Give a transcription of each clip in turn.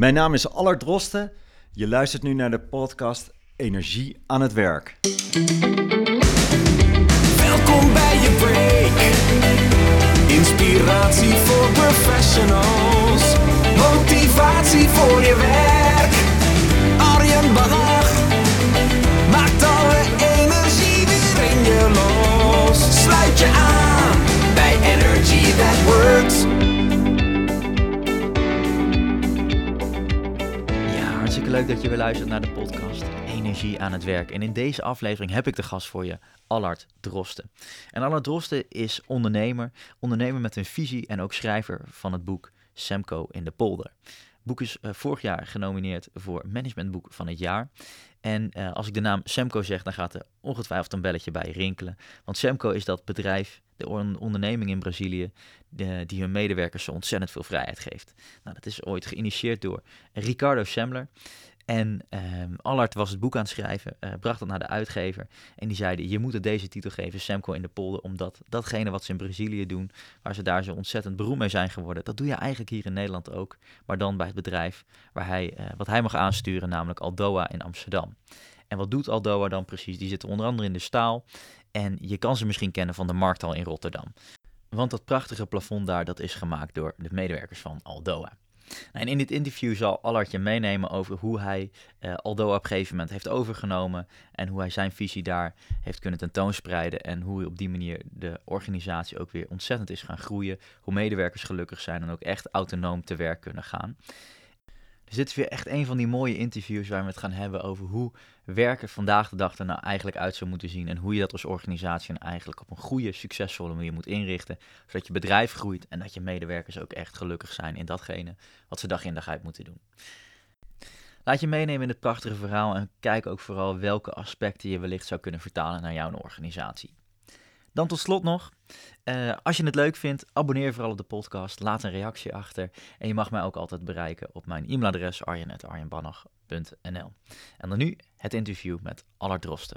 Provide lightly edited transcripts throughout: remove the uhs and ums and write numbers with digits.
Mijn naam is Allard Drosten. Je luistert nu naar de podcast Energie aan het werk. Welkom bij je break. Inspiratie voor professionals. Motivatie voor je werk. Arjen Bach maakt alle energie weer in je los. Sluit je aan bij Energy That Works. Hartstikke leuk dat je weer luistert naar de podcast Energie aan het werk. En in deze aflevering heb ik de gast voor je, Allard Drosten. En Allard Drosten is ondernemer met een visie en ook schrijver van het boek Semco in de Polder. Het boek is vorig jaar genomineerd voor managementboek van het jaar. En als ik de naam Semco zeg, dan gaat er ongetwijfeld een belletje bij rinkelen. Want Semco is dat bedrijf, de onderneming in Brazilië, die hun medewerkers zo ontzettend veel vrijheid geeft. Nou, dat is ooit geïnitieerd door Ricardo Semler. En Allard was het boek aan het schrijven, bracht het naar de uitgever. En die zeiden, je moet het deze titel geven, Semco in de Polder. Omdat datgene wat ze in Brazilië doen, waar ze daar zo ontzettend beroemd mee zijn geworden, dat doe je eigenlijk hier in Nederland ook. Maar dan bij het bedrijf wat hij mag aansturen, namelijk Aldoa in Amsterdam. En wat doet Aldoa dan precies? Die zitten onder andere in de staal. En je kan ze misschien kennen van de Markthal in Rotterdam. Want dat prachtige plafond daar, dat is gemaakt door de medewerkers van Aldoa. En in dit interview zal Allard je meenemen over hoe hij Aldoa op een gegeven moment heeft overgenomen en hoe hij zijn visie daar heeft kunnen tentoonspreiden en hoe hij op die manier de organisatie ook weer ontzettend is gaan groeien, hoe medewerkers gelukkig zijn en ook echt autonoom te werk kunnen gaan. Dus dit is weer echt een van die mooie interviews waar we het gaan hebben over hoe werken vandaag de dag er nou eigenlijk uit zou moeten zien en hoe je dat als organisatie eigenlijk op een goede, succesvolle manier moet inrichten, zodat je bedrijf groeit en dat je medewerkers ook echt gelukkig zijn in datgene wat ze dag in dag uit moeten doen. Laat je meenemen in het prachtige verhaal en kijk ook vooral welke aspecten je wellicht zou kunnen vertalen naar jouw organisatie. Dan tot slot nog, als je het leuk vindt, abonneer vooral op de podcast, laat een reactie achter en je mag mij ook altijd bereiken op mijn e-mailadres arjen@arjenbannach.nl. En dan nu het interview met Allard Drosten.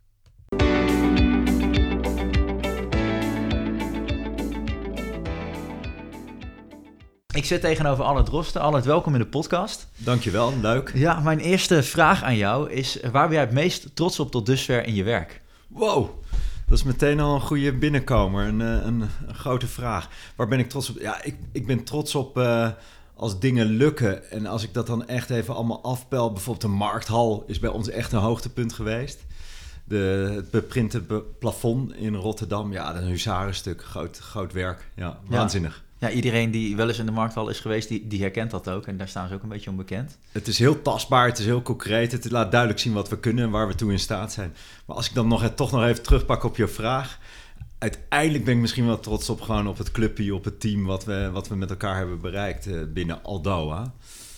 Ik zit tegenover Allard Drosten. Allard, welkom in de podcast. Dankjewel, leuk. Ja, mijn eerste vraag aan jou is, waar ben jij het meest trots op tot dusver in je werk? Wow, dat is meteen al een goede binnenkomer, een grote vraag. Waar ben ik trots op? Ja, ik ben trots op als dingen lukken. En als ik dat dan echt even allemaal afpel. Bijvoorbeeld de Markthal is bij ons echt een hoogtepunt geweest. Het beprinte plafond in Rotterdam. Ja, dat is een huzarenstuk. Groot werk. Ja, waanzinnig. Ja, iedereen die wel eens in de Markthal is geweest, die herkent dat ook. En daar staan ze ook een beetje onbekend. Het is heel tastbaar, het is heel concreet. Het laat duidelijk zien wat we kunnen en waar we toe in staat zijn. Maar als ik dan toch nog even terugpak op je vraag. Uiteindelijk ben ik misschien wel trots op gewoon op het clubje, op het team wat we met elkaar hebben bereikt binnen Aldoa.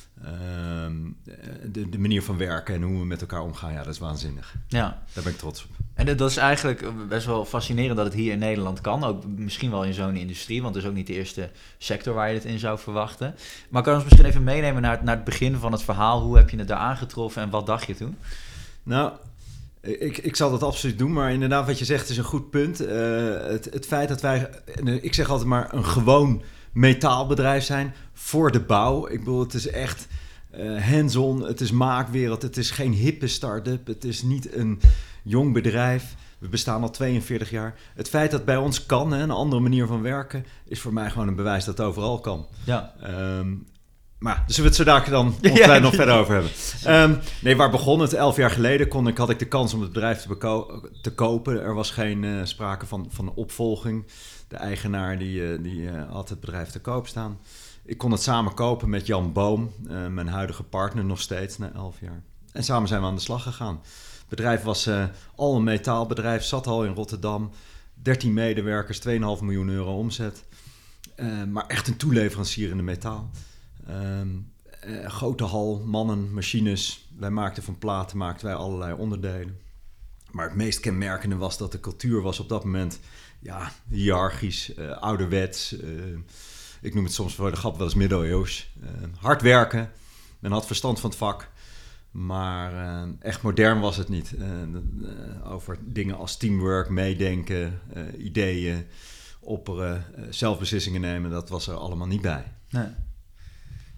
De manier van werken en hoe we met elkaar omgaan, ja, dat is waanzinnig. Ja. Daar ben ik trots op. En dat is eigenlijk best wel fascinerend dat het hier in Nederland kan. Ook misschien wel in zo'n industrie, want het is ook niet de eerste sector waar je het in zou verwachten. Maar kan je ons misschien even meenemen naar het begin van het verhaal? Hoe heb je het daar aangetroffen en wat dacht je toen? Nou, ik zal dat absoluut doen, maar inderdaad wat je zegt is een goed punt. Het feit dat wij, ik zeg altijd maar, een gewoon metaalbedrijf zijn voor de bouw. Ik bedoel, het is echt hands-on, het is maakwereld, het is geen hippe start-up, het is niet een jong bedrijf. We bestaan al 42 jaar. Het feit dat bij ons kan, een andere manier van werken, is voor mij gewoon een bewijs dat het overal kan. Ja. Maar dus we het zo daar dan nog verder over hebben. Waar begon het? 11 jaar geleden had ik de kans om het bedrijf te kopen. Er was geen sprake van opvolging. De eigenaar die had het bedrijf te koop staan. Ik kon het samen kopen met Jan Boom, mijn huidige partner nog steeds na 11 jaar. En samen zijn we aan de slag gegaan. Het bedrijf was al een metaalbedrijf, zat al in Rotterdam. 13 medewerkers, 2,5 miljoen euro omzet. Maar echt een toeleverancier in de metaal. Grote hal, mannen, machines. Wij maakten van platen allerlei onderdelen. Maar het meest kenmerkende was dat de cultuur was op dat moment hiërarchisch, ouderwets. Ik noem het soms voor de grap wel eens middeleeuws. Hard werken, men had verstand van het vak. Maar echt modern was het niet. Over dingen als teamwork, meedenken, ideeën, opperen, zelfbeslissingen nemen, dat was er allemaal niet bij. Nee.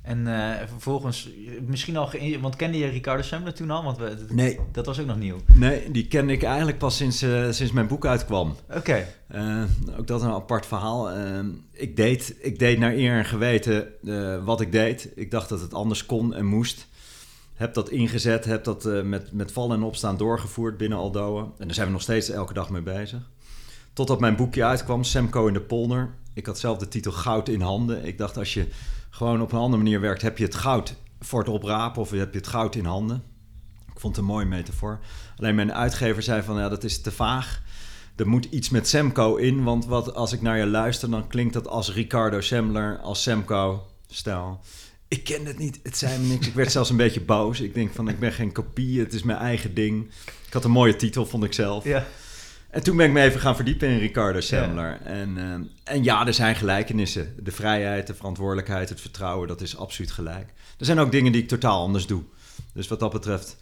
En vervolgens, misschien al, want kende je Ricardo Semler toen al? Want Nee. Dat was ook nog nieuw. Nee, die kende ik eigenlijk pas sinds mijn boek uitkwam. Oké. Ook dat een apart verhaal. Ik deed naar eer en geweten wat ik deed. Ik dacht dat het anders kon en moest. Heb dat ingezet, heb dat met vallen en opstaan doorgevoerd binnen Aldoa. En daar zijn we nog steeds elke dag mee bezig. Totdat mijn boekje uitkwam, Semco in de polder. Ik had zelf de titel Goud in handen. Ik dacht, als je gewoon op een andere manier werkt, heb je het goud voor het oprapen of heb je het goud in handen. Ik vond het een mooie metafoor. Alleen mijn uitgever zei van, ja, dat is te vaag. Er moet iets met Semco in, want als ik naar je luister, dan klinkt dat als Ricardo Semler, als Semco-stijl. Ik ken het niet, het zei me niks. Ik werd zelfs een beetje boos. Ik denk van, ik ben geen kopie, het is mijn eigen ding. Ik had een mooie titel, vond ik zelf. Ja. En toen ben ik me even gaan verdiepen in Ricardo Semler. Ja. En ja, er zijn gelijkenissen. De vrijheid, de verantwoordelijkheid, het vertrouwen, dat is absoluut gelijk. Er zijn ook dingen die ik totaal anders doe. Dus wat dat betreft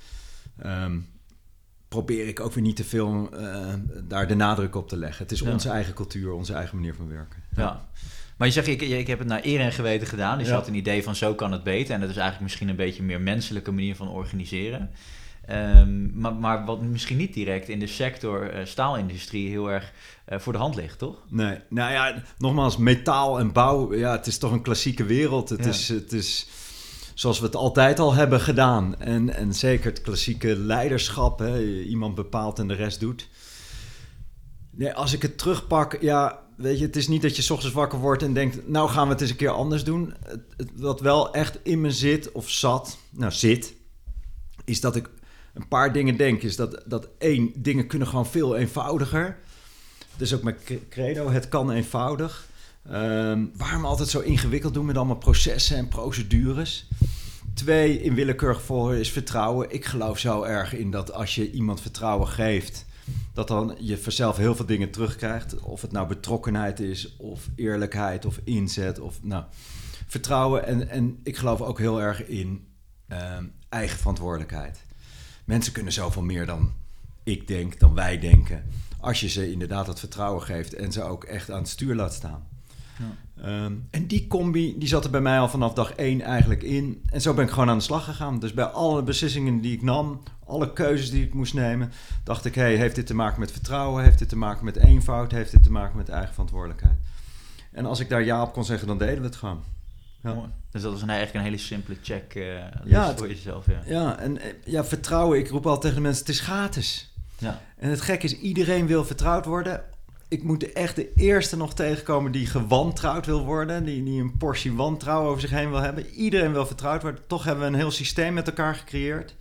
probeer ik ook weer niet te veel daar de nadruk op te leggen. Het is onze eigen cultuur, onze eigen manier van werken. Ja. Maar je zegt, ik heb het naar eer en geweten gedaan. Dus je had een idee van zo kan het beter. En dat is eigenlijk misschien een beetje een meer menselijke manier van organiseren. Maar wat misschien niet direct in de sector staalindustrie heel erg voor de hand ligt, toch? Nee, nou ja, nogmaals, metaal en bouw, ja, het is toch een klassieke wereld. Het is zoals we het altijd al hebben gedaan. En zeker het klassieke leiderschap, hè, iemand bepaalt en de rest doet. Nee, als ik het terugpak, ja, weet je, het is niet dat je 's ochtends wakker wordt en denkt, nou gaan we het eens een keer anders doen. Wat wel echt in me zit, of zit, is dat ik een paar dingen denk. Is dat één, dingen kunnen gewoon veel eenvoudiger. Dus ook mijn credo, het kan eenvoudig. Waarom altijd zo ingewikkeld doen met allemaal processen en procedures? 2, in willekeurig volgen is vertrouwen. Ik geloof zo erg in dat als je iemand vertrouwen geeft, dat dan je vanzelf heel veel dingen terugkrijgt. Of het nou betrokkenheid is, of eerlijkheid, of inzet. Of vertrouwen. En ik geloof ook heel erg in eigen verantwoordelijkheid. Mensen kunnen zoveel meer dan ik denk, dan wij denken. Als je ze inderdaad het vertrouwen geeft en ze ook echt aan het stuur laat staan. Ja. En die combi, die zat er bij mij al vanaf dag 1 eigenlijk in. En zo ben ik gewoon aan de slag gegaan. Dus bij alle beslissingen die ik nam, alle keuzes die ik moest nemen, dacht ik, heeft dit te maken met vertrouwen? Heeft dit te maken met eenvoud? Heeft dit te maken met eigen verantwoordelijkheid? En als ik daar ja op kon zeggen, dan deden we het gewoon. Ja. Dus dat is eigenlijk een hele simpele check voor jezelf. Ja, en vertrouwen. Ik roep altijd tegen de mensen, het is gratis. Ja. En het gekke is, iedereen wil vertrouwd worden. Ik moet echt de eerste nog tegenkomen die gewantrouwd wil worden. Die een portie wantrouwen over zich heen wil hebben. Iedereen wil vertrouwd worden. Toch hebben we een heel systeem met elkaar gecreëerd.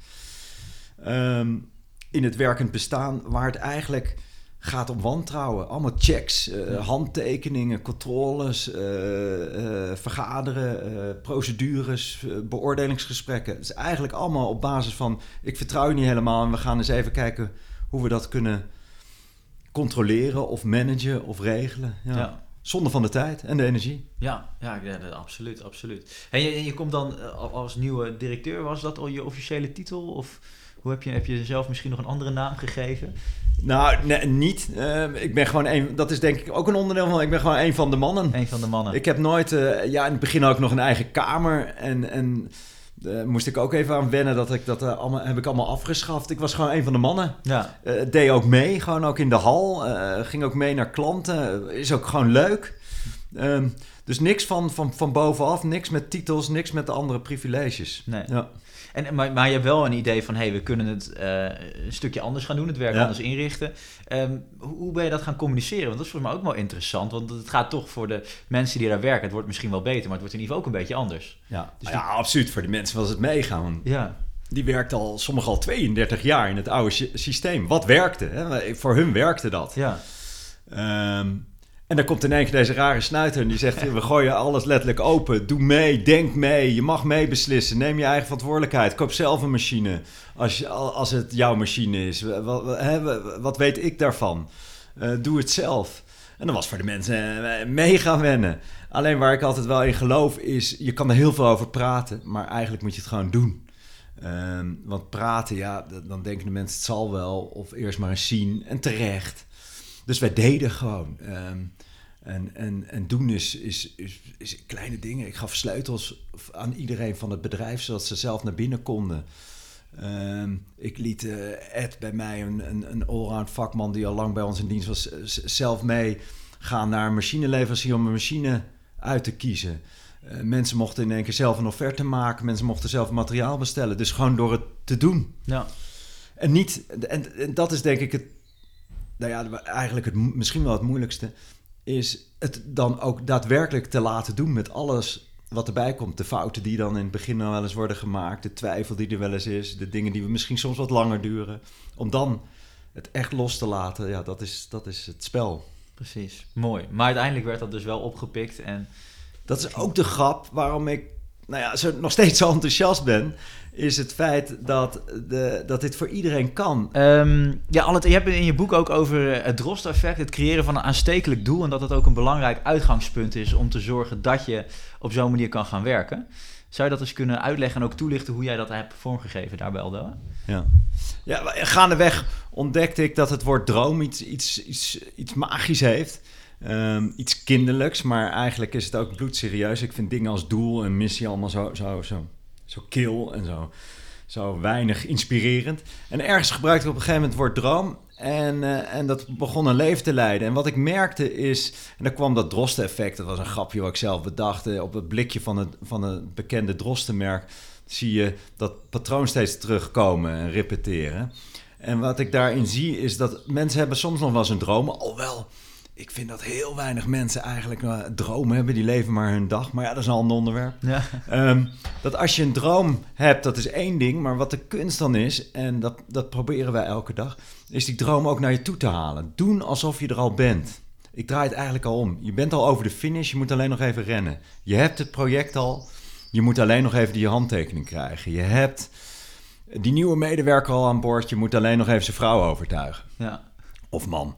In het werkend bestaan, waar het eigenlijk gaat om wantrouwen. Allemaal checks, handtekeningen, controles, vergaderen, procedures, beoordelingsgesprekken. Het is eigenlijk allemaal op basis van, ik vertrouw je niet helemaal en we gaan eens even kijken hoe we dat kunnen controleren of managen of regelen. Ja. Zonde van de tijd en de energie. Ja, absoluut. En je komt dan als nieuwe directeur, was dat al je officiële titel? Of hoe heb je zelf misschien nog een andere naam gegeven? Nou, nee, niet. Ik ben gewoon dat is denk ik ook een onderdeel van, ik ben gewoon een van de mannen. Een van de mannen. Ik heb nooit, in het begin had ik nog een eigen kamer en moest ik ook even aan wennen dat ik dat heb ik allemaal afgeschaft. Ik was gewoon een van de mannen. Ja. Deed ook mee, gewoon ook in de hal. Ging ook mee naar klanten. Is ook gewoon leuk. Dus niks van bovenaf, niks met titels, niks met de andere privileges. Nee. Ja. Maar je hebt wel een idee van, we kunnen het een stukje anders gaan doen, het werk anders inrichten. Hoe ben je dat gaan communiceren? Want dat is volgens mij ook wel interessant, want het gaat toch voor de mensen die daar werken, het wordt misschien wel beter, maar het wordt in ieder geval ook een beetje anders. Ja, dus absoluut. Voor die mensen was het meegaan. Ja. Die werkt sommigen al 32 jaar in het oude systeem. Wat werkte? Hè? Voor hun werkte dat. Ja. En dan komt in één keer deze rare snuiter en die zegt, we gooien alles letterlijk open. Doe mee, denk mee, je mag mee beslissen. Neem je eigen verantwoordelijkheid. Koop zelf een machine als het jouw machine is. Wat weet ik daarvan? Doe het zelf. En dat was voor de mensen mega wennen. Alleen waar ik altijd wel in geloof is, je kan er heel veel over praten, maar eigenlijk moet je het gewoon doen. Want praten, dan denken de mensen het zal wel, of eerst maar eens zien en terecht. Dus wij deden gewoon. En doen is kleine dingen. Ik gaf sleutels aan iedereen van het bedrijf, zodat ze zelf naar binnen konden. Ik liet Ed bij mij, een allround vakman die al lang bij ons in dienst was, zelf mee gaan naar een machineleverancier om een machine uit te kiezen. Mensen mochten in één keer zelf een offerte maken. Mensen mochten zelf materiaal bestellen. Dus gewoon door het te doen. Ja. En dat is denk ik het... Nou ja, eigenlijk misschien wel het moeilijkste... is het dan ook daadwerkelijk te laten doen met alles wat erbij komt. De fouten die dan in het begin wel eens worden gemaakt. De twijfel die er wel eens is. De dingen die misschien soms wat langer duren. Om dan het echt los te laten. Ja, dat is het spel. Precies, mooi. Maar uiteindelijk werd dat dus wel opgepikt en... Dat is ook de grap waarom ik nog steeds zo enthousiast ben... is het feit dat dit voor iedereen kan. Je hebt het in je boek ook over het Drost-effect... het creëren van een aanstekelijk doel... en dat het ook een belangrijk uitgangspunt is... om te zorgen dat je op zo'n manier kan gaan werken. Zou je dat eens kunnen uitleggen en ook toelichten... hoe jij dat hebt vormgegeven daar bij Aldoa? Ja, gaandeweg ontdekte ik dat het woord droom iets magisch heeft... iets kinderlijks, maar eigenlijk is het ook bloedserieus. Ik vind dingen als doel en missie allemaal zo kil en zo weinig inspirerend. En ergens gebruikte ik op een gegeven moment het woord droom. En dat begon een leven te leiden. En wat ik merkte is... En dan kwam dat Drosten-effect. Dat was een grapje wat ik zelf bedacht. Op het blikje van het bekende Drostenmerk... zie je dat patroon steeds terugkomen en repeteren. En wat ik daarin zie is dat mensen hebben soms nog wel eens een droom. Alhoewel... Ik vind dat heel weinig mensen eigenlijk dromen hebben. Die leven maar hun dag. Maar ja, dat is een ander onderwerp. Ja. Dat als je een droom hebt, dat is één ding. Maar wat de kunst dan is, en dat proberen wij elke dag... is die droom ook naar je toe te halen. Doen alsof je er al bent. Ik draai het eigenlijk al om. Je bent al over de finish, je moet alleen nog even rennen. Je hebt het project al. Je moet alleen nog even die handtekening krijgen. Je hebt die nieuwe medewerker al aan boord. Je moet alleen nog even zijn vrouw overtuigen. Ja. Of man.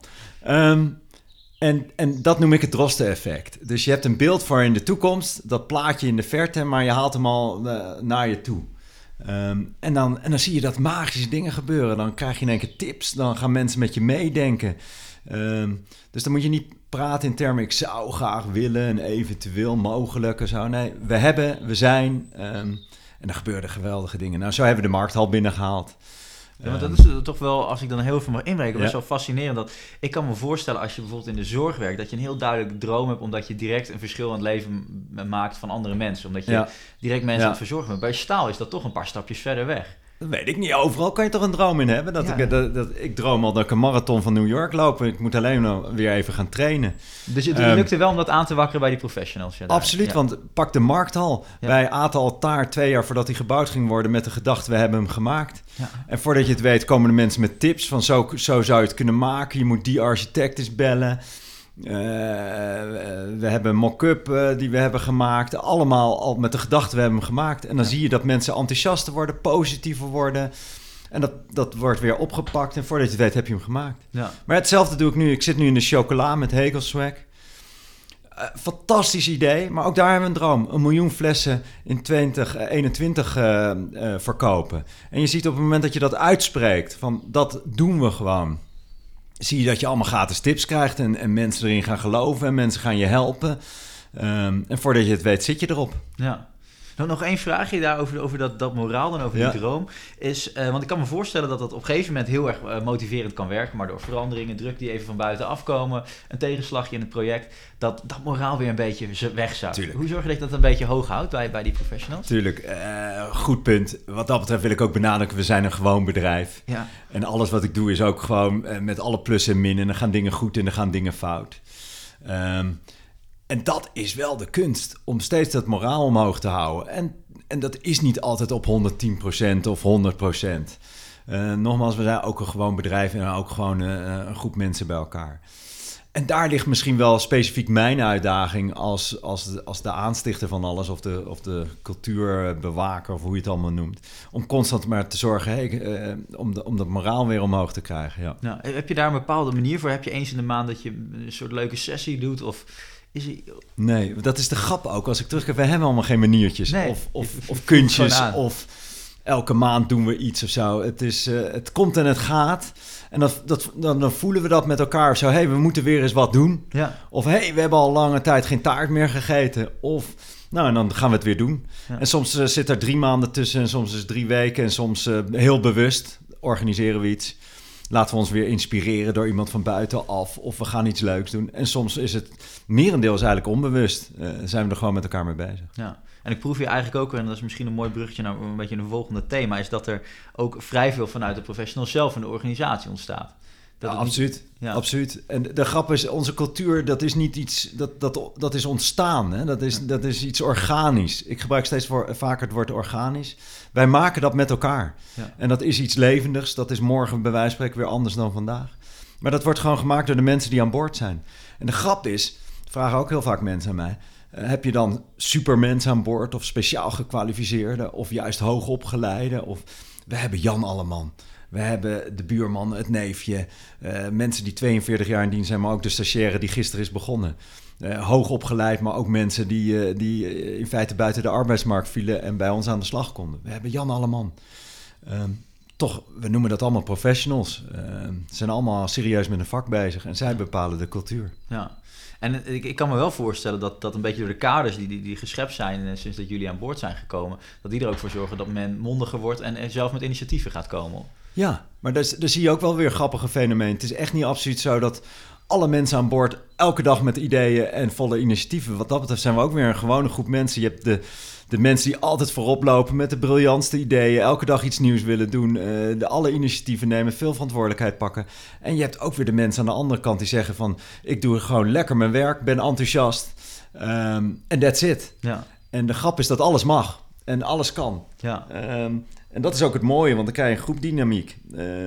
En dat noem ik het Drosten-effect. Dus je hebt een beeld voor in de toekomst, dat plaatje in de verte, maar je haalt hem al naar je toe. En dan zie je dat magische dingen gebeuren. Dan krijg je in één keer tips, dan gaan mensen met je meedenken. Dus dan moet je niet praten in termen, ik zou graag willen en eventueel mogelijk en zo. Nee, we zijn en er gebeuren geweldige dingen. Nou, zo hebben we de markthal binnengehaald. Ja, want dat is toch wel, als ik dan heel veel mag inbreken, dat is wel fascinerend. Dat ik kan me voorstellen, als je bijvoorbeeld in de zorg werkt, dat je een heel duidelijke droom hebt, omdat je direct een verschil in het leven maakt van andere mensen. Omdat je direct mensen aan het verzorgen bent. Bij staal is dat toch een paar stapjes verder weg. Dat weet ik niet. Overal kan je toch een droom in hebben? Ik droom al dat ik een marathon van New York loop. Ik moet alleen nog weer even gaan trainen. Dus het lukte wel om dat aan te wakkeren bij die professionals? Ja, absoluut, want pak de markthal. Ja. Wij aten al taart 2 jaar voordat hij gebouwd ging worden met de gedachte, we hebben hem gemaakt. Ja. En voordat je het weet komen de mensen met tips van zo zou je het kunnen maken. Je moet die architect eens bellen. We hebben een mock-up die we hebben gemaakt. Allemaal al met de gedachte, we hebben hem gemaakt. En dan zie je dat mensen enthousiaster worden, positiever worden. En dat wordt weer opgepakt. En voordat je het weet, heb je hem gemaakt. Ja. Maar hetzelfde doe ik nu. Ik zit nu in de chocola met Hegelswag. Fantastisch idee, maar ook daar hebben we een droom. 1 miljoen flessen in 2021 verkopen. En je ziet op het moment dat je dat uitspreekt, van dat doen we gewoon. Zie je dat je allemaal gratis tips krijgt en mensen erin gaan geloven en mensen gaan je helpen. En voordat je het weet, zit je erop. Ja. Nog één vraagje daarover, over dat moraal dan over die droom. Is, want ik kan me voorstellen dat dat op een gegeven moment heel erg motiverend kan werken. Maar door veranderingen, druk die even van buiten afkomen, een tegenslagje in het project, dat moraal weer een beetje wegzakt. Hoe zorg je dat je dat een beetje hoog houdt bij die professionals? Tuurlijk, goed punt. Wat dat betreft wil ik ook benadrukken, we zijn een gewoon bedrijf. Ja. En alles wat ik doe is ook gewoon met alle plus en min. En dan gaan dingen goed en dan gaan dingen fout. En dat is wel de kunst, om steeds dat moraal omhoog te houden. En dat is niet altijd op 110% of 100%. Nogmaals, we zijn ook een gewoon bedrijf en ook gewoon een groep mensen bij elkaar. En daar ligt misschien wel specifiek mijn uitdaging als de aanstichter van alles, of de cultuurbewaker, of hoe je het allemaal noemt. Om constant maar te zorgen, om dat moraal weer omhoog te krijgen. Ja. Nou, heb je daar een bepaalde manier voor? Heb je eens in de maand dat je een soort leuke sessie doet? Of nee, dat is de grap ook. Als ik terugkijk, we hebben allemaal geen maniertjes. Nee, of kunstjes. elke maand doen we iets of zo. Het komt en het gaat. En dan voelen we dat met elkaar of zo. Hey, we moeten weer eens wat doen. Ja. Of hey, we hebben al lange tijd geen taart meer gegeten. Of, nou, en dan gaan we het weer doen. Ja. En soms zit er 3 maanden tussen en soms is het 3 weken. En soms heel bewust organiseren we iets. Laten we ons weer inspireren door iemand van buitenaf. Of we gaan iets leuks doen. En soms is het merendeels eigenlijk onbewust. Zijn we er gewoon met elkaar mee bezig. Ja. En ik proef hier eigenlijk ook, en dat is misschien een mooi bruggetje naar een beetje een volgende thema, is dat er ook vrij veel vanuit de professionals zelf in de organisatie ontstaat. Absoluut. Ja. Absoluut. En de grap is, onze cultuur, dat is niet iets, dat is ontstaan. Hè? Dat is iets organisch. Ik gebruik steeds vaker het woord organisch. Wij maken dat met elkaar. Ja. En dat is iets levendigs. Dat is morgen bij wijze van spreken weer anders dan vandaag. Maar dat wordt gewoon gemaakt door de mensen die aan boord zijn. En de grap is, vragen ook heel vaak mensen aan mij, heb je dan supermensen aan boord of speciaal gekwalificeerde of juist hoogopgeleide? Of we hebben Jan Alleman. We hebben de buurman, het neefje, mensen die 42 jaar in dienst zijn, maar ook de stagiaire die gisteren is begonnen. Hoog opgeleid, maar ook mensen die in feite buiten de arbeidsmarkt vielen en bij ons aan de slag konden. We hebben Jan Alleman. Toch, we noemen dat allemaal professionals. Ze zijn allemaal serieus met een vak bezig en zij bepalen de cultuur. Ja. En ik kan me wel voorstellen dat een beetje door de kaders die geschept zijn sinds dat jullie aan boord zijn gekomen, dat die er ook voor zorgen dat men mondiger wordt en zelf met initiatieven gaat komen. Ja, maar daar zie je ook wel weer grappige fenomeen. Het is echt niet absoluut zo dat alle mensen aan boord elke dag met ideeën en volle initiatieven. Wat dat betreft zijn we ook weer een gewone groep mensen. Je hebt de mensen die altijd voorop lopen met de briljantste ideeën, elke dag iets nieuws willen doen, alle initiatieven nemen, veel verantwoordelijkheid pakken. En je hebt ook weer de mensen aan de andere kant die zeggen van, ik doe gewoon lekker mijn werk, ben enthousiast en that's it. Ja. En de grap is dat alles mag en alles kan. Ja. En dat is ook het mooie, want dan krijg je een groepdynamiek.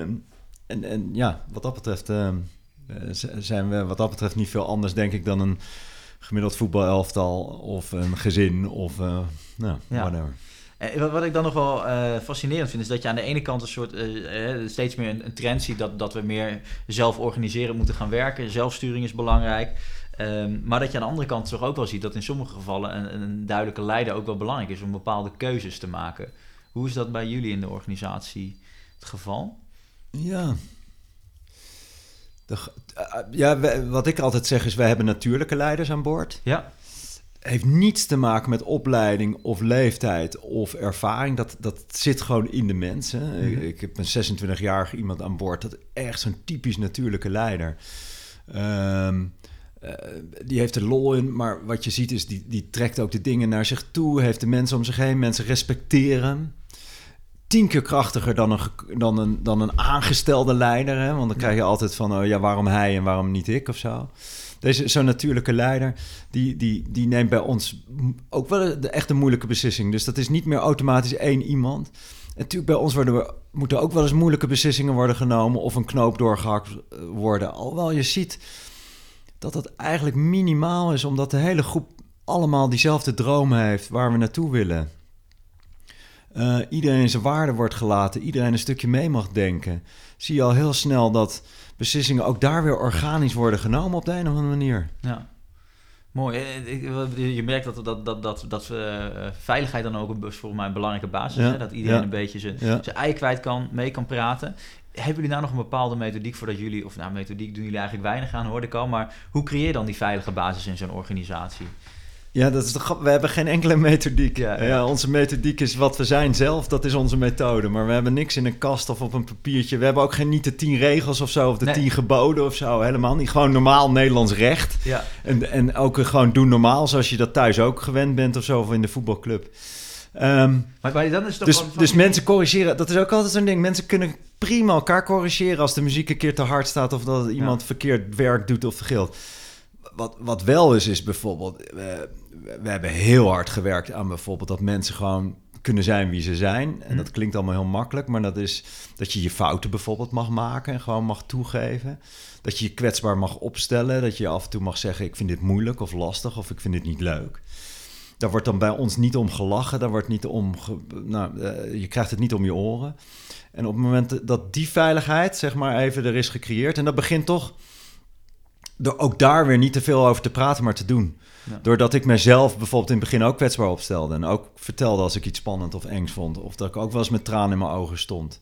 En ja, wat dat betreft zijn we wat dat betreft niet veel anders, denk ik, dan een gemiddeld voetbalelftal of een gezin of whatever. Wat ik dan nog wel fascinerend vind, is dat je aan de ene kant een soort steeds meer een trend ziet dat we meer zelf organiseren moeten gaan werken. Zelfsturing is belangrijk. Maar dat je aan de andere kant toch ook wel ziet dat in sommige gevallen een duidelijke leider ook wel belangrijk is om bepaalde keuzes te maken. Hoe is dat bij jullie in de organisatie het geval? Ja. Wat ik altijd zeg is, wij hebben natuurlijke leiders aan boord. Ja. Heeft niets te maken met opleiding of leeftijd of ervaring. Dat zit gewoon in de mensen. Mm-hmm. Ik heb een 26-jarige iemand aan boord. Dat is echt zo'n typisch natuurlijke leider. Die heeft er lol in, maar wat je ziet is, die trekt ook de dingen naar zich toe. Heeft de mensen om zich heen. Mensen respecteren. 10 keer krachtiger dan een aangestelde leider. Hè? Want dan krijg je altijd van, waarom hij en waarom niet ik of zo. Zo'n natuurlijke leider, die neemt bij ons ook wel echt een moeilijke beslissing. Dus dat is niet meer automatisch 1 iemand. En natuurlijk, bij ons moeten ook wel eens moeilijke beslissingen worden genomen of een knoop doorgehakt worden. Alhoewel je ziet dat dat eigenlijk minimaal is, omdat de hele groep allemaal diezelfde droom heeft waar we naartoe willen. Iedereen in zijn waarde wordt gelaten, iedereen een stukje mee mag denken. Zie je al heel snel dat beslissingen ook daar weer organisch worden genomen op de een of andere manier. Ja. Mooi. Je merkt dat veiligheid dan ook volgens mij een belangrijke basis is. Dat iedereen een beetje zijn ei kwijt mee kan praten. Hebben jullie nou nog een bepaalde methodiek voordat jullie, methodiek doen jullie eigenlijk weinig aan, hoorde ik al, maar hoe creëer je dan die veilige basis in zo'n organisatie? Ja, dat is de grap. We hebben geen enkele methodiek. Ja, onze methodiek is wat we zijn zelf. Dat is onze methode. Maar we hebben niks in een kast of op een papiertje. We hebben ook niet de 10 regels of zo. Of de 10 geboden of zo. Helemaal niet. Gewoon normaal Nederlands recht. Ja. En ook gewoon doen normaal. Zoals je dat thuis ook gewend bent of zo. Of in de voetbalclub. Maar dan is het dus mensen corrigeren. Dat is ook altijd zo'n ding. Mensen kunnen prima elkaar corrigeren als de muziek een keer te hard staat. Of dat iemand verkeerd werk doet of vergilt. Wat wel is bijvoorbeeld, we hebben heel hard gewerkt aan bijvoorbeeld dat mensen gewoon kunnen zijn wie ze zijn. En dat klinkt allemaal heel makkelijk, maar dat is dat je je fouten bijvoorbeeld mag maken en gewoon mag toegeven. Dat je je kwetsbaar mag opstellen, dat je af en toe mag zeggen, ik vind dit moeilijk of lastig of ik vind dit niet leuk. Daar wordt dan bij ons niet om gelachen, daar wordt niet om je krijgt het niet om je oren. En op het moment dat die veiligheid, zeg maar even, er is gecreëerd, en dat begint toch door ook daar weer niet te veel over te praten, maar te doen. Ja. Doordat ik mezelf bijvoorbeeld in het begin ook kwetsbaar opstelde. En ook vertelde als ik iets spannend of engs vond. Of dat ik ook wel eens met tranen in mijn ogen stond.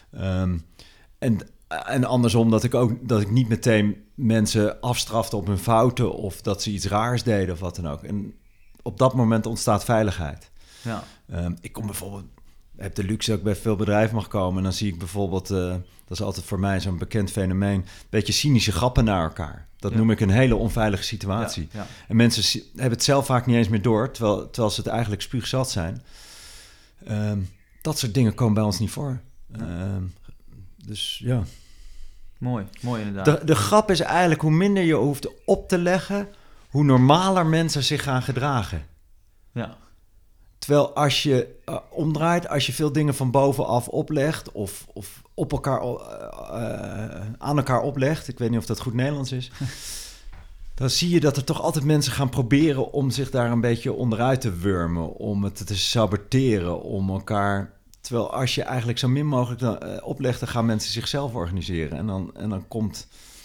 En andersom, dat ik niet meteen mensen afstrafte op hun fouten. Of dat ze iets raars deden of wat dan ook. En op dat moment ontstaat veiligheid. Ja. Ik kom bijvoorbeeld... heb de luxe dat ik bij veel bedrijven mag komen. En dan zie ik bijvoorbeeld... dat is altijd voor mij zo'n bekend fenomeen... een beetje cynische grappen naar elkaar. Dat noem ik een hele onveilige situatie. Ja. En mensen hebben het zelf vaak niet eens meer door... terwijl ze het eigenlijk spuugzat zijn. Dat soort dingen komen bij ons niet voor. Dus ja... Mooi inderdaad. De grap is eigenlijk... hoe minder je hoeft op te leggen... hoe normaler mensen zich gaan gedragen. Ja. Terwijl als je omdraait, als je veel dingen van bovenaf oplegt of op elkaar, aan elkaar oplegt, ik weet niet of dat goed Nederlands is, dan zie je dat er toch altijd mensen gaan proberen om zich daar een beetje onderuit te wurmen, om het te saboteren, om elkaar... Terwijl als je eigenlijk zo min mogelijk oplegt, dan gaan mensen zichzelf organiseren. En dan komt...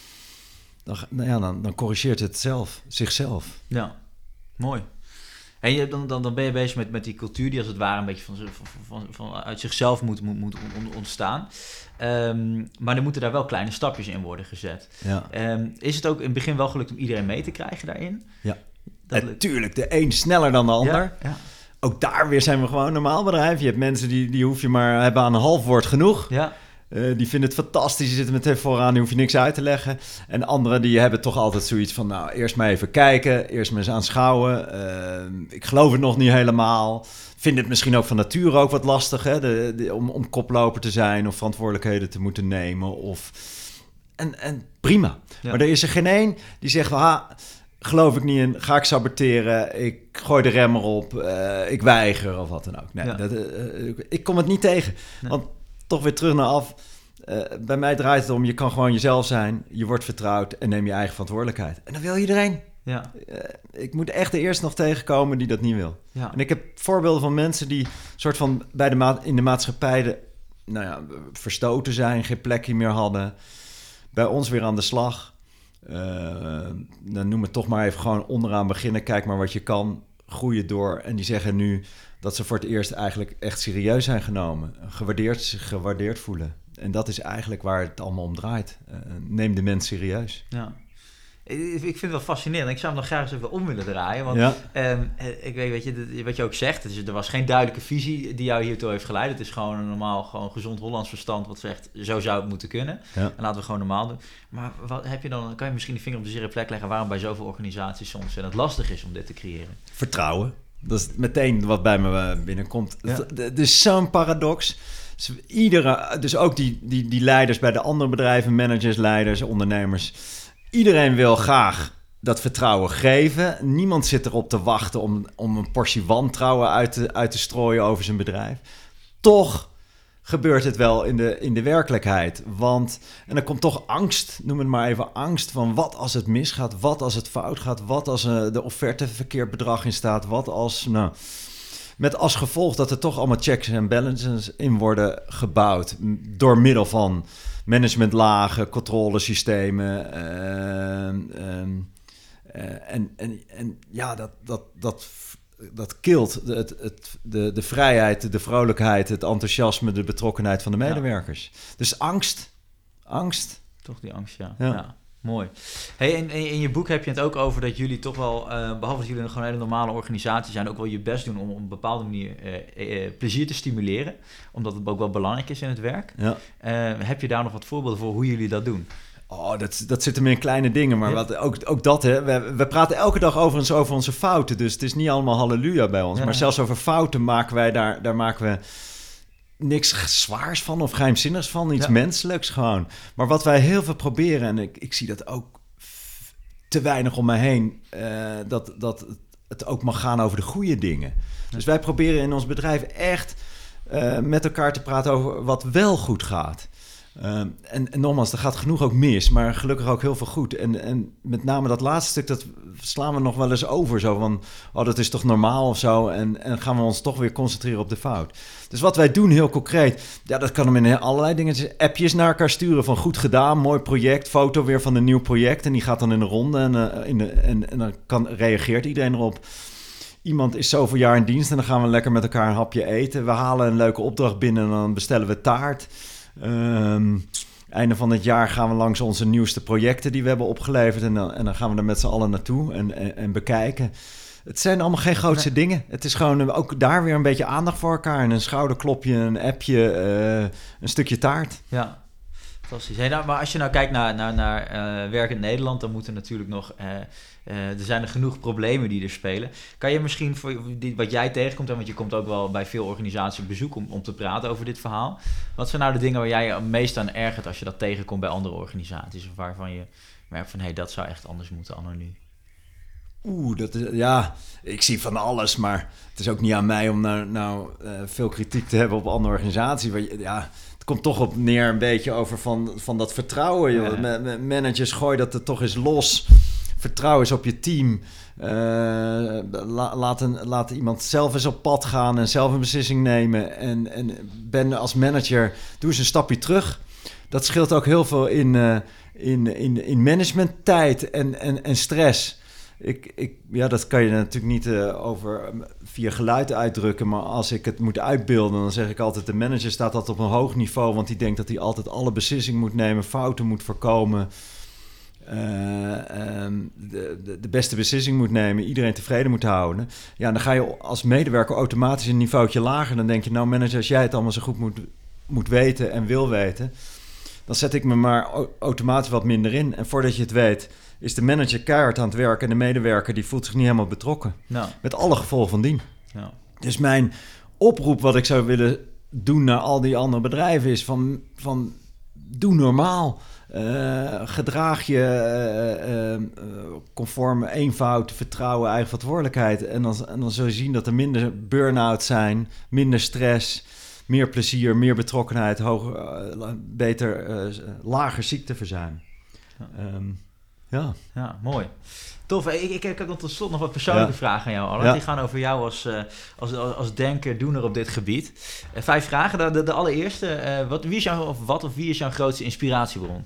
Dan corrigeert het zichzelf. Ja, mooi. En dan ben je bezig met die cultuur die als het ware een beetje van uit zichzelf moet ontstaan. Maar er moeten daar wel kleine stapjes in worden gezet. Ja. Is het ook in het begin wel gelukt om iedereen mee te krijgen daarin? Ja, natuurlijk. De een sneller dan de ander. Ja. Ook daar weer zijn we gewoon een normaal bedrijf. Je hebt mensen die hoef je maar hebben aan een half woord genoeg. Ja. Die vinden het fantastisch, die zitten meteen vooraan, die hoef je niks uit te leggen. En anderen die hebben toch altijd zoiets van, nou, eerst maar even kijken, eerst maar eens aanschouwen. Ik geloof het nog niet helemaal. Vind het misschien ook van nature ook wat lastig, hè? Om koploper te zijn of verantwoordelijkheden te moeten nemen. En prima. Ja. Maar er is er geen één die zegt, geloof ik niet in, ga ik saboteren, ik gooi de rem erop, ik weiger of wat dan ook. Nee, Ja. Ik kom het niet tegen, Nee. want toch weer terug naar af. Bij mij draait het om, je kan gewoon jezelf zijn, je wordt vertrouwd en neem je eigen verantwoordelijkheid. En dat wil iedereen. Ja. Ik moet echt de eerste nog tegenkomen die dat niet wil. Ja. En ik heb voorbeelden van mensen die soort van in de maatschappij verstoten zijn, geen plekje meer hadden. Bij ons weer aan de slag. Dan noem het toch maar even gewoon onderaan beginnen. Kijk maar wat je kan, groeien door. En die zeggen nu dat ze voor het eerst eigenlijk echt serieus zijn genomen. Gewaardeerd voelen. En dat is eigenlijk waar het allemaal om draait. Neem de mens serieus. Ja. Ik vind het wel fascinerend. Ik zou hem nog graag eens even om willen draaien. Want Ja. ik weet je, wat je ook zegt, er was geen duidelijke visie die jou hiertoe heeft geleid. Het is gewoon een normaal, gewoon gezond Hollands verstand wat zegt, zo zou het moeten kunnen. Ja. En laten we gewoon normaal doen. Maar wat heb je dan, kan je misschien de vinger op de zere plek leggen waarom bij zoveel organisaties soms het lastig is om dit te creëren? Vertrouwen. Dat is meteen wat bij me binnenkomt. Ja. Het is zo'n paradox. Dus ook die leiders bij de andere bedrijven, managers, leiders, ondernemers. Iedereen wil graag dat vertrouwen geven. Niemand zit erop te wachten om een portie wantrouwen uit te strooien over zijn bedrijf. Toch gebeurt het wel in de werkelijkheid. En dan komt toch angst, noem het maar even angst, van wat als het misgaat, wat als het fout gaat, wat als de offerte verkeerd bedrag in staat, wat als... Met als gevolg dat er toch allemaal checks en balances in worden gebouwd door middel van managementlagen, controlesystemen. Dat kilt de vrijheid, de vrolijkheid, het enthousiasme, de betrokkenheid van de medewerkers. Ja. Dus angst. Toch die angst, ja. Ja. Mooi. Hey, in je boek heb je het ook over dat jullie toch wel, behalve dat jullie gewoon een hele normale organisatie zijn, ook wel je best doen om op een bepaalde manier plezier te stimuleren. Omdat het ook wel belangrijk is in het werk. Ja. Heb je daar nog wat voorbeelden voor hoe jullie dat doen? Oh, dat zit hem in kleine dingen. Maar ook dat, hè. We praten elke dag overigens over onze fouten. Dus het is niet allemaal halleluja bij ons. Ja. Maar zelfs over fouten maken wij daar maken we niks zwaars van of geheimzinnigs van. Iets menselijks gewoon. Maar wat wij heel veel proberen, en ik zie dat ook te weinig om me heen, dat het ook mag gaan over de goede dingen. Dus wij proberen in ons bedrijf echt met elkaar te praten over wat wel goed gaat. En nogmaals, er gaat genoeg ook mis, maar gelukkig ook heel veel goed. En met name dat laatste stuk, dat slaan we nog wel eens over. Zo van, dat is toch normaal of zo. En gaan we ons toch weer concentreren op de fout. Dus wat wij doen heel concreet, dat kan hem in allerlei dingen. Appjes naar elkaar sturen van goed gedaan, mooi project. Foto weer van een nieuw project en die gaat dan in de ronde. En dan reageert iedereen erop. Iemand is zoveel jaar in dienst en dan gaan we lekker met elkaar een hapje eten. We halen een leuke opdracht binnen en dan bestellen we taart. Einde van het jaar gaan we langs onze nieuwste projecten die we hebben opgeleverd. En dan gaan we er met z'n allen naartoe en bekijken. Het zijn allemaal geen grootste dingen. Het is gewoon ook daar weer een beetje aandacht voor elkaar. En een schouderklopje, een appje, een stukje taart. Ja, fantastisch. Hey, maar als je nou kijkt naar werk in Nederland, dan moeten natuurlijk nog... er zijn er genoeg problemen die er spelen. Kan je misschien voor wat jij tegenkomt, want je komt ook wel bij veel organisaties op bezoek om te praten over dit verhaal. Wat zijn nou de dingen waar jij je meest aan ergert als je dat tegenkomt bij andere organisaties? Of waarvan je merkt van, dat zou echt anders moeten anno nu? Ik zie van alles, maar het is ook niet aan mij om nou veel kritiek te hebben op andere organisaties. Het komt toch op neer een beetje over van dat vertrouwen. Joh. Managers, gooi dat er toch eens los. Vertrouw eens op je team. Laat iemand zelf eens op pad gaan en zelf een beslissing nemen. En ben als manager, doe eens een stapje terug. Dat scheelt ook heel veel in managementtijd en stress. Dat kan je natuurlijk niet via geluid uitdrukken, maar als ik het moet uitbeelden, dan zeg ik altijd, de manager staat altijd op een hoog niveau, want die denkt dat hij altijd alle beslissingen moet nemen, fouten moet voorkomen, de beste beslissing moet nemen, iedereen tevreden moet houden. Ja, dan ga je als medewerker automatisch een niveautje lager. Dan denk je, nou manager, als jij het allemaal zo goed moet weten en wil weten, dan zet ik me maar automatisch wat minder in. En voordat je het weet, is de manager keihard aan het werk en de medewerker die voelt zich niet helemaal betrokken. Nou. Met alle gevolgen van dien. Nou. Dus mijn oproep wat ik zou willen doen naar al die andere bedrijven is van doe normaal. Gedraag je conform eenvoud, vertrouwen, eigen verantwoordelijkheid. En dan zul je zien dat er minder burn-out zijn, minder stress, meer plezier, meer betrokkenheid, lager ziekteverzuim. Ja. Ja, mooi. Tof. Ik heb dan tot slot nog wat persoonlijke vragen aan jou, Allard. Die gaan over jou als denker, doener op dit gebied. 5 vragen. De allereerste. Wie is jouw grootste inspiratiebron?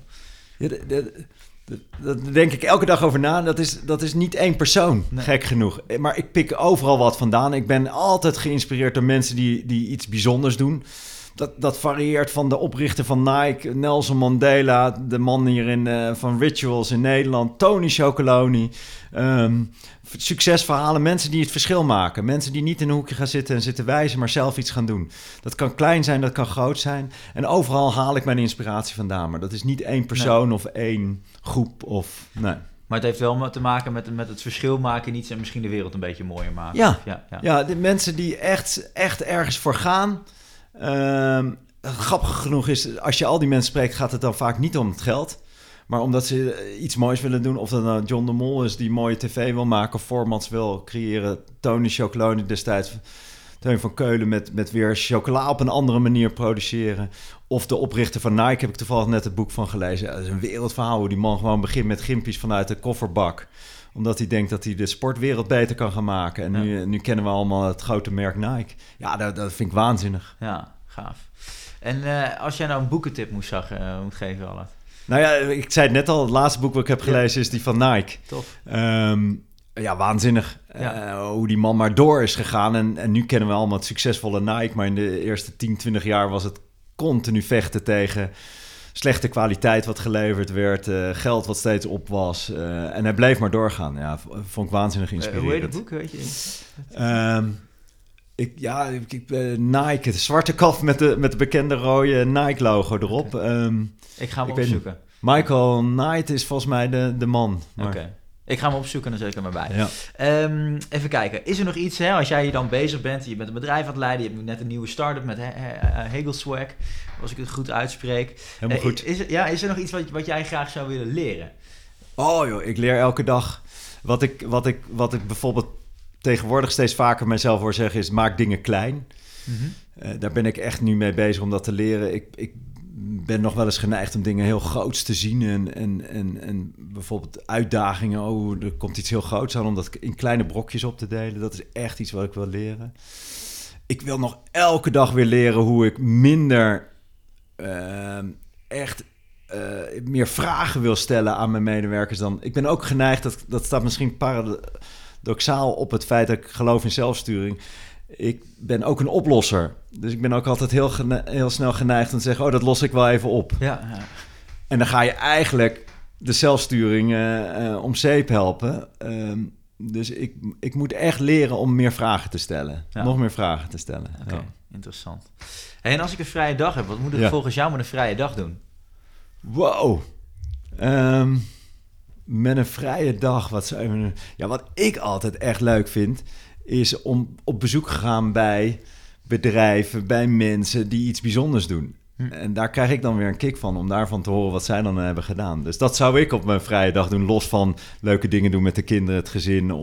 Daar denk ik elke dag over na. Dat is niet één persoon, gek genoeg. Maar ik pik overal wat vandaan. Ik ben altijd geïnspireerd door mensen die iets bijzonders doen. Dat varieert van de oprichter van Nike, Nelson Mandela, de man hierin van Rituals in Nederland, Tony Chocolonely. Succesverhalen, mensen die het verschil maken. Mensen die niet in een hoekje gaan zitten en zitten wijzen, maar zelf iets gaan doen. Dat kan klein zijn, dat kan groot zijn. En overal haal ik mijn inspiratie vandaan. Maar dat is niet één persoon of één groep. Nee. Maar het heeft wel te maken met het verschil maken, niet en misschien de wereld een beetje mooier maken. Ja, de mensen die echt ergens voor gaan. Grappig genoeg is, als je al die mensen spreekt, gaat het dan vaak niet om het geld. Maar omdat ze iets moois willen doen. Of dat nou John de Mol is die mooie tv wil maken, formats wil creëren. Tony Chocolonely destijds, Teun van Keulen met weer chocola op een andere manier produceren. Of de oprichter van Nike, heb ik toevallig net het boek van gelezen. Dat is een wereldverhaal hoe die man gewoon begint met gimpies vanuit de kofferbak. Omdat hij denkt dat hij de sportwereld beter kan gaan maken. En nu kennen we allemaal het grote merk Nike. Ja, dat vind ik waanzinnig. Ja, gaaf. En als jij nou een boekentip moet geven, Allard? Nou ja, ik zei het net al, het laatste boek wat ik heb gelezen is die van Nike. Tof. Waanzinnig. Hoe die man maar door is gegaan. En nu kennen we allemaal het succesvolle Nike. Maar in de eerste 10, 20 jaar was het continu vechten tegen slechte kwaliteit wat geleverd werd. Geld wat steeds op was. En hij bleef maar doorgaan. Ja, vond ik waanzinnig inspirerend. Hoe heet het boek, weet je? Nike, de zwarte kaf met de bekende rode Nike-logo erop. Ik ga hem opzoeken. Michael Knight is volgens mij de man. Oké. Ik ga hem opzoeken en dan zet ik hem erbij. Ja. Even kijken. Is er nog iets, als jij hier dan bezig bent, je bent een bedrijf aan het leiden, je hebt net een nieuwe start-up met Hegelsweg, als ik het goed uitspreek. Helemaal goed. Is er nog iets wat jij graag zou willen leren? Oh joh, ik leer elke dag. Wat ik bijvoorbeeld tegenwoordig steeds vaker mezelf hoor zeggen is, maak dingen klein. Mm-hmm. Daar ben ik echt nu mee bezig om dat te leren. Ik ben nog wel eens geneigd om dingen heel groots te zien. En bijvoorbeeld uitdagingen. Oh, er komt iets heel groots aan om dat in kleine brokjes op te delen. Dat is echt iets wat ik wil leren. Ik wil nog elke dag weer leren hoe ik minder meer vragen wil stellen aan mijn medewerkers dan. Ik ben ook geneigd, dat staat misschien paradoxaal op het feit dat ik geloof in zelfsturing. Ik ben ook een oplosser. Dus ik ben ook altijd heel snel geneigd om te zeggen, dat los ik wel even op. Ja. En dan ga je eigenlijk de zelfsturing om zeep helpen. Dus ik moet echt leren om meer vragen te stellen. Ja. Nog meer vragen te stellen. Oké, Ja. interessant. Hey, en als ik een vrije dag heb, wat moet ik volgens jou met een vrije dag doen? Wow. Met een vrije dag, wat ik altijd echt leuk vind, is om op bezoek te gaan bij bedrijven, bij mensen die iets bijzonders doen. En daar krijg ik dan weer een kick van, om daarvan te horen wat zij dan hebben gedaan. Dus dat zou ik op mijn vrije dag doen, los van leuke dingen doen met de kinderen, het gezin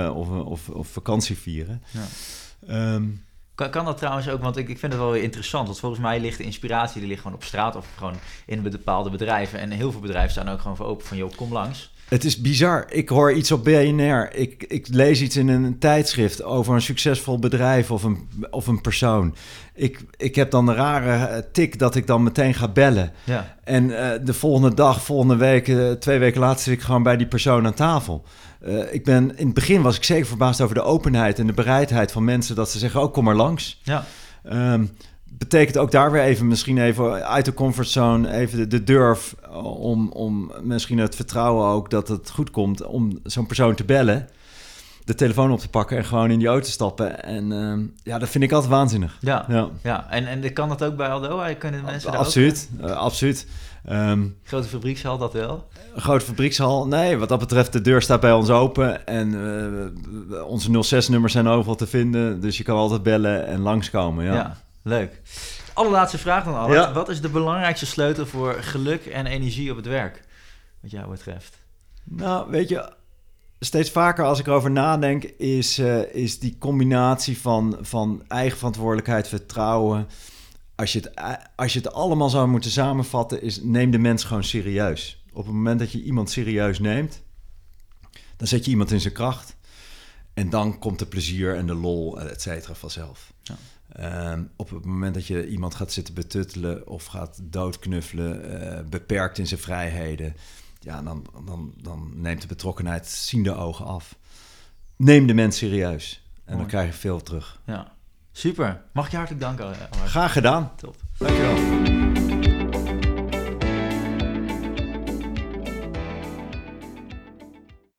of vakantie vieren. Ja. Kan dat trouwens ook, want ik vind het wel weer interessant, want volgens mij ligt de inspiratie, die ligt gewoon op straat of gewoon in bepaalde bedrijven. En heel veel bedrijven staan ook gewoon voor open van, joh, kom langs. Het is bizar. Ik hoor iets op BNR. Ik lees iets in een tijdschrift over een succesvol bedrijf of een persoon. Ik heb dan een rare tik dat ik dan meteen ga bellen. Ja. En de volgende week, 2 weken later zit ik gewoon bij die persoon aan tafel. In het begin was ik zeker verbaasd over de openheid en de bereidheid van mensen dat ze zeggen, kom maar langs. Ja. Betekent ook daar weer misschien even uit de comfortzone, even de durf om misschien het vertrouwen ook dat het goed komt om zo'n persoon te bellen, de telefoon op te pakken en gewoon in die auto stappen. En dat vind ik altijd waanzinnig. Ja. En kan dat ook bij Aldoa? Kunnen mensen daar absoluut, ook? Absoluut. Grote fabriekshal, dat wel? Een grote fabriekshal? Nee, wat dat betreft, de deur staat bij ons open en onze 06-nummers zijn overal te vinden, dus je kan altijd bellen en langskomen. Ja. Leuk. Allerlaatste vraag dan, Albert. Ja. Wat is de belangrijkste sleutel voor geluk en energie op het werk, wat jou betreft? Nou, weet je, steeds vaker als ik erover nadenk, is die combinatie van eigen verantwoordelijkheid, vertrouwen. Als je het allemaal zou moeten samenvatten, neem de mens gewoon serieus. Op het moment dat je iemand serieus neemt, dan zet je iemand in zijn kracht. En dan komt de plezier en de lol, et cetera, vanzelf. Ja. Op het moment dat je iemand gaat zitten betuttelen of gaat doodknuffelen, beperkt in zijn vrijheden, dan neemt de betrokkenheid ziende ogen af. Neem de mens serieus en dan krijg je veel terug. Ja, super. Mag ik je hartelijk danken, Albert? Graag gedaan. Top. Dankjewel.